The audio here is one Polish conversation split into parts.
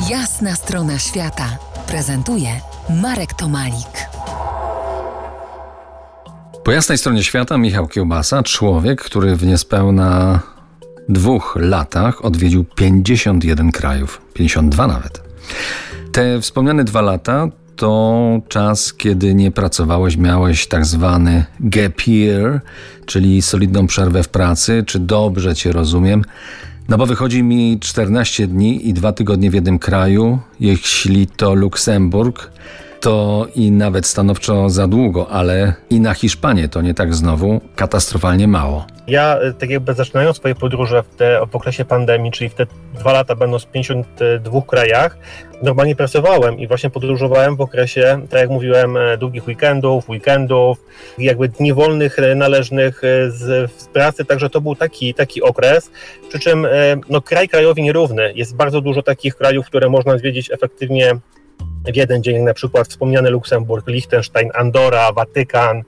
Jasna strona świata prezentuje Marek Tomalik. Po jasnej stronie świata Michał Kiełbasa, człowiek, który w niespełna 2 latach odwiedził 51 krajów, 52 nawet. Te wspomniane 2 lata to czas, kiedy nie pracowałeś, miałeś tak zwany gap year, czyli solidną przerwę w pracy. Czy dobrze cię rozumiem? No bo wychodzi mi 14 dni i 2 tygodnie w jednym kraju. Jeśli to Luksemburg, to i nawet stanowczo za długo, ale i na Hiszpanię to nie tak znowu katastrofalnie mało. Ja tak jakby zaczynając swoje podróże w okresie pandemii, czyli w te 2 lata będąc w 52 krajach, normalnie pracowałem i właśnie podróżowałem w okresie, tak jak mówiłem, długich weekendów, jakby dni wolnych należnych z pracy, także to był taki okres, przy czym kraj krajowi nierówny. Jest bardzo dużo takich krajów, które można zwiedzić efektywnie w jeden dzień, jak na przykład wspomniany Luksemburg, Liechtenstein, Andora, Watykan,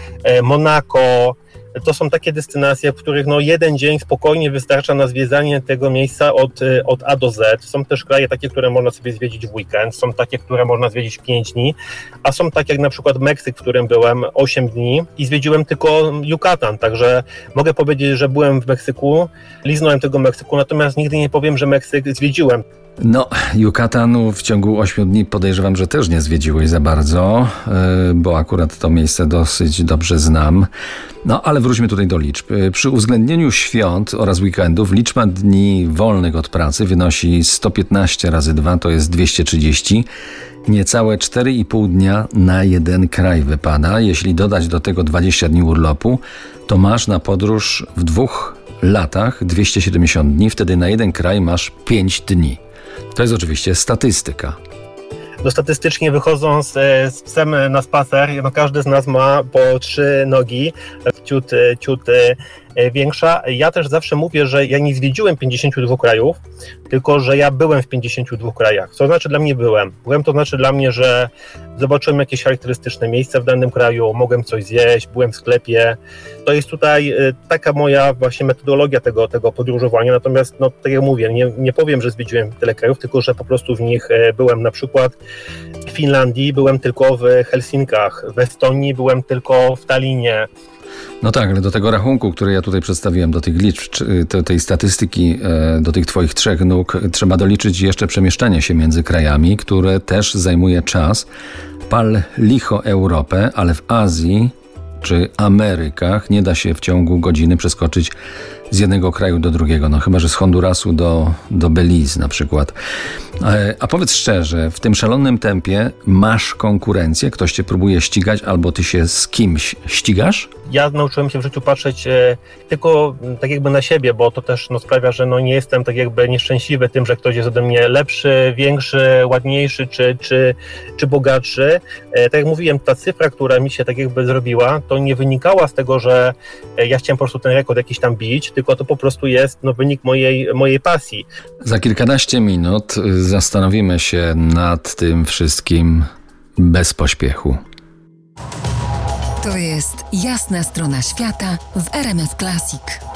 Monako. To są takie destynacje, w których jeden dzień spokojnie wystarcza na zwiedzanie tego miejsca od A do Z. Są też kraje takie, które można sobie zwiedzić w weekend, są takie, które można zwiedzić w 5 dni, a są takie jak na przykład Meksyk, w którym byłem 8 dni i zwiedziłem tylko Yucatan, także mogę powiedzieć, że byłem w Meksyku, liznąłem tego Meksyku, natomiast nigdy nie powiem, że Meksyk zwiedziłem. No, Yucatanu w ciągu 8 dni podejrzewam, że też nie zwiedziłeś za bardzo, bo akurat to miejsce dosyć dobrze znam. No, ale wróćmy tutaj do liczb. Przy uwzględnieniu świąt oraz weekendów liczba dni wolnych od pracy wynosi 115 razy 2, to jest 230. Niecałe 4,5 dnia na jeden kraj wypada. Jeśli dodać do tego 20 dni urlopu, to masz na podróż w 2 latach 270 dni, wtedy na jeden kraj masz 5 dni. To jest oczywiście statystyka. Statystycznie wychodząc z psem na spacer, każdy z nas ma po 3 nogi, ciut większa. Ja też zawsze mówię, że ja nie zwiedziłem 52 krajów, tylko że ja byłem w 52 krajach. Co znaczy dla mnie byłem? Byłem to znaczy dla mnie, że zobaczyłem jakieś charakterystyczne miejsca w danym kraju, mogłem coś zjeść, byłem w sklepie. To jest tutaj taka moja właśnie metodologia tego podróżowania. Natomiast, tak jak mówię, nie powiem, że zwiedziłem tyle krajów, tylko że po prostu w nich byłem. Na przykład w Finlandii byłem tylko w Helsinkach, w Estonii byłem tylko w Tallinie. No tak, ale do tego rachunku, który ja tutaj przedstawiłem, do tych liczb, tej statystyki, do tych twoich 3 nóg, trzeba doliczyć jeszcze przemieszczanie się między krajami, które też zajmuje czas. Pal licho Europę, ale w Azji czy Amerykach nie da się w ciągu godziny przeskoczyć z jednego kraju do drugiego, chyba że z Hondurasu do Belize na przykład. A powiedz szczerze, w tym szalonym tempie masz konkurencję? Ktoś cię próbuje ścigać albo ty się z kimś ścigasz? Ja nauczyłem się w życiu patrzeć tylko tak jakby na siebie, bo to też sprawia, że nie jestem tak jakby nieszczęśliwy tym, że ktoś jest ode mnie lepszy, większy, ładniejszy czy bogatszy. Tak jak mówiłem, ta cyfra, która mi się tak jakby zrobiła, to nie wynikała z tego, że ja chciałem po prostu ten rekord jakiś tam bić, tylko to po prostu jest wynik mojej pasji. Za kilkanaście minut zastanowimy się nad tym wszystkim bez pośpiechu. To jest Jasna strona świata w RMF Classic.